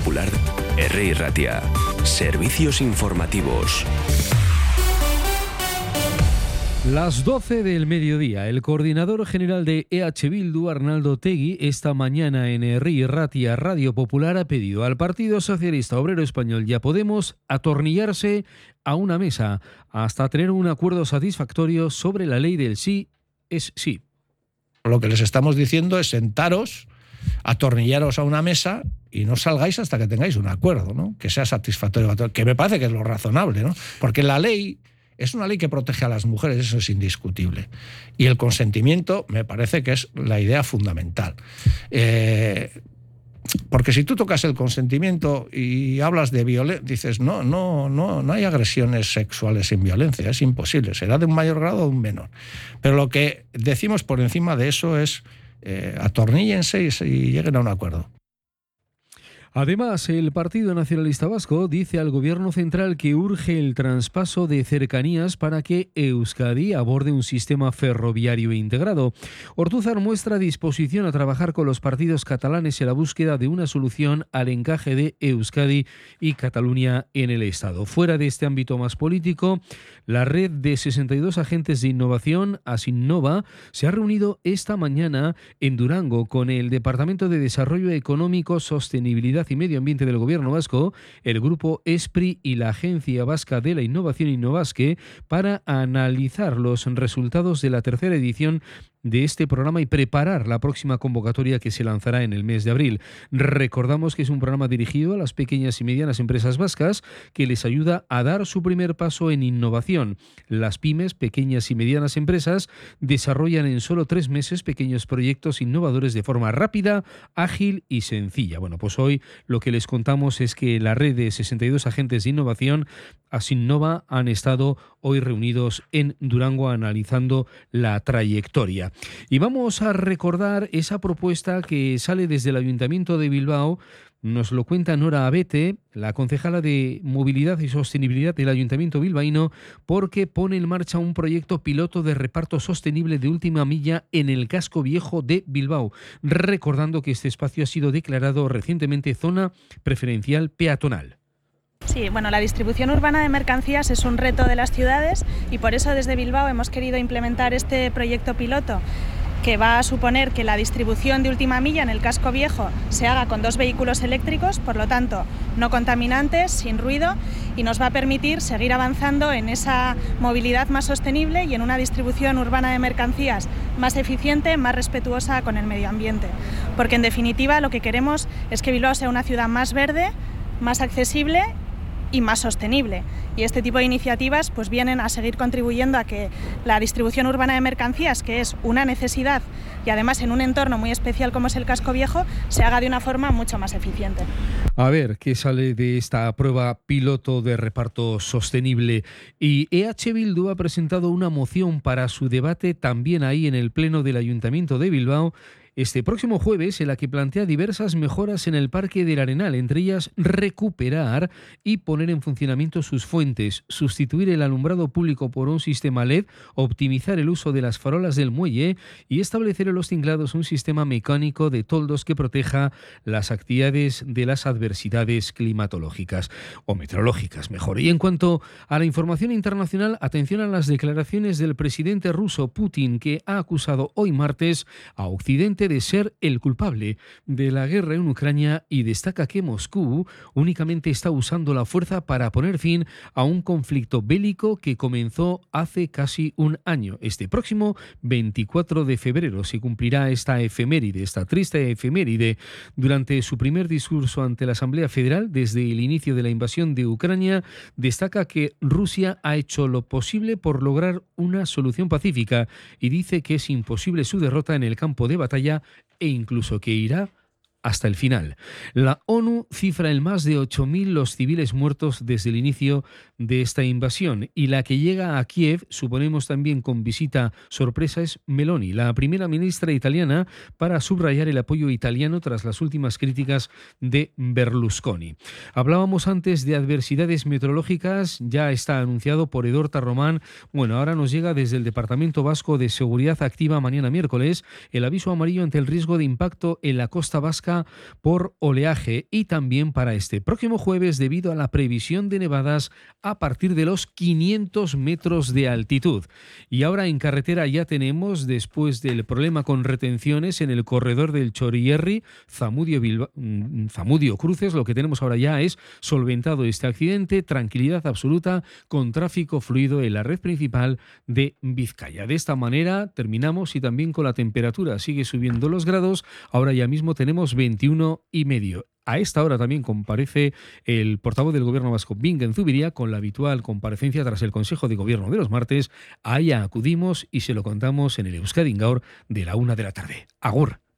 Popular, Herri Ratia. Servicios informativos. Las 12 del mediodía, el coordinador general de EH Bildu, Arnaldo Otegi, esta mañana en Herri Ratia Radio Popular ha pedido al Partido Socialista Obrero Español y a Podemos atornillarse a una mesa hasta tener un acuerdo satisfactorio sobre la ley del sí es sí. Lo que les estamos diciendo es sentaros, atornillaros a una mesa y no salgáis hasta que tengáis un acuerdo, ¿no? Que sea satisfactorio, que me parece que es lo razonable, ¿no? Porque la ley es una ley que protege a las mujeres, eso es indiscutible. Y el consentimiento me parece que es la idea fundamental. Porque si tú tocas el consentimiento y hablas de violencia, dices, no hay agresiones sexuales sin violencia, es imposible, será de un mayor grado o de un menor. Pero lo que decimos por encima de eso es atorníllense y lleguen a un acuerdo. Además, el Partido Nacionalista Vasco dice al Gobierno central que urge el traspaso de cercanías para que Euskadi aborde un sistema ferroviario integrado. Ortúzar muestra disposición a trabajar con los partidos catalanes en la búsqueda de una solución al encaje de Euskadi y Cataluña en el Estado. Fuera de este ámbito más político, la red de 62 agentes de innovación, Asinnova, se ha reunido esta mañana en Durango con el Departamento de Desarrollo Económico, Sostenibilidad y Medio Ambiente del Gobierno vasco, el Grupo ESPRI y la Agencia Vasca de la Innovación Innovasque para analizar los resultados de la tercera edición de este programa y preparar la próxima convocatoria que se lanzará en el mes de abril. Recordamos que es un programa dirigido a las pequeñas y medianas empresas vascas que les ayuda a dar su primer paso en innovación. Las pymes, pequeñas y medianas empresas, desarrollan en solo 3 meses pequeños proyectos innovadores de forma rápida, ágil y sencilla. Bueno, pues hoy lo que les contamos es que la red de 62 agentes de innovación, Asinnova, han estado hoy reunidos en Durango analizando la trayectoria. Y vamos a recordar esa propuesta que sale desde el Ayuntamiento de Bilbao. Nos lo cuenta Nora Abete, la concejala de Movilidad y Sostenibilidad del Ayuntamiento bilbaíno, porque pone en marcha un proyecto piloto de reparto sostenible de última milla en el casco viejo de Bilbao, recordando que este espacio ha sido declarado recientemente zona preferencial peatonal. Sí, bueno, la distribución urbana de mercancías es un reto de las ciudades y por eso desde Bilbao hemos querido implementar este proyecto piloto que va a suponer que la distribución de última milla en el casco viejo se haga con 2 vehículos eléctricos, por lo tanto no contaminantes, sin ruido, y nos va a permitir seguir avanzando en esa movilidad más sostenible y en una distribución urbana de mercancías más eficiente, más respetuosa con el medio ambiente. Porque en definitiva lo que queremos es que Bilbao sea una ciudad más verde, más accesible y más sostenible. Y este tipo de iniciativas pues vienen a seguir contribuyendo a que la distribución urbana de mercancías, que es una necesidad y además en un entorno muy especial como es el casco viejo, se haga de una forma mucho más eficiente. A ver qué sale de esta prueba piloto de reparto sostenible. Y EH Bildu ha presentado una moción para su debate también ahí en el Pleno del Ayuntamiento de Bilbao este próximo jueves, en la que plantea diversas mejoras en el Parque del Arenal, entre ellas recuperar y poner en funcionamiento sus fuentes, sustituir el alumbrado público por un sistema LED, optimizar el uso de las farolas del muelle y establecer en los tinglados un sistema mecánico de toldos que proteja las actividades de las adversidades climatológicas o meteorológicas, mejor. Y en cuanto a la información internacional, atención a las declaraciones del presidente ruso Putin, que ha acusado hoy martes a Occidente de ser el culpable de la guerra en Ucrania y destaca que Moscú únicamente está usando la fuerza para poner fin a un conflicto bélico que comenzó hace casi un año. Este próximo 24 de febrero se cumplirá esta efeméride, esta triste efeméride. Durante su primer discurso ante la Asamblea Federal desde el inicio de la invasión de Ucrania, destaca que Rusia ha hecho lo posible por lograr una solución pacífica y dice que es imposible su derrota en el campo de batalla e incluso que irá hasta el final. La ONU cifra en más de 8.000 los civiles muertos desde el inicio de esta invasión y la que llega a Kiev, suponemos también con visita sorpresa, es Meloni, la primera ministra italiana, para subrayar el apoyo italiano tras las últimas críticas de Berlusconi. Hablábamos antes de adversidades meteorológicas, ya está anunciado por Edorta Román. Bueno, ahora nos llega desde el Departamento Vasco de Seguridad Activa mañana miércoles el aviso amarillo ante el riesgo de impacto en la costa vasca riesca por oleaje, y también para este próximo jueves debido a la previsión de nevadas a partir de los 500 metros de altitud. Y ahora en carretera ya tenemos, después del problema con retenciones en el corredor del Chorierri, Zamudio Cruces, lo que tenemos ahora ya es solventado este accidente, tranquilidad absoluta con tráfico fluido en la red principal de Vizcaya. De esta manera terminamos, y también con la temperatura sigue subiendo los grados. Ahora ya mismo tenemos 21,5. A esta hora también comparece el portavoz del Gobierno vasco, Bingen Zubiría, con la habitual comparecencia tras el Consejo de Gobierno de los martes. A ella acudimos y se lo contamos en el Euskadi Gaur de la 1 de la tarde. Agur.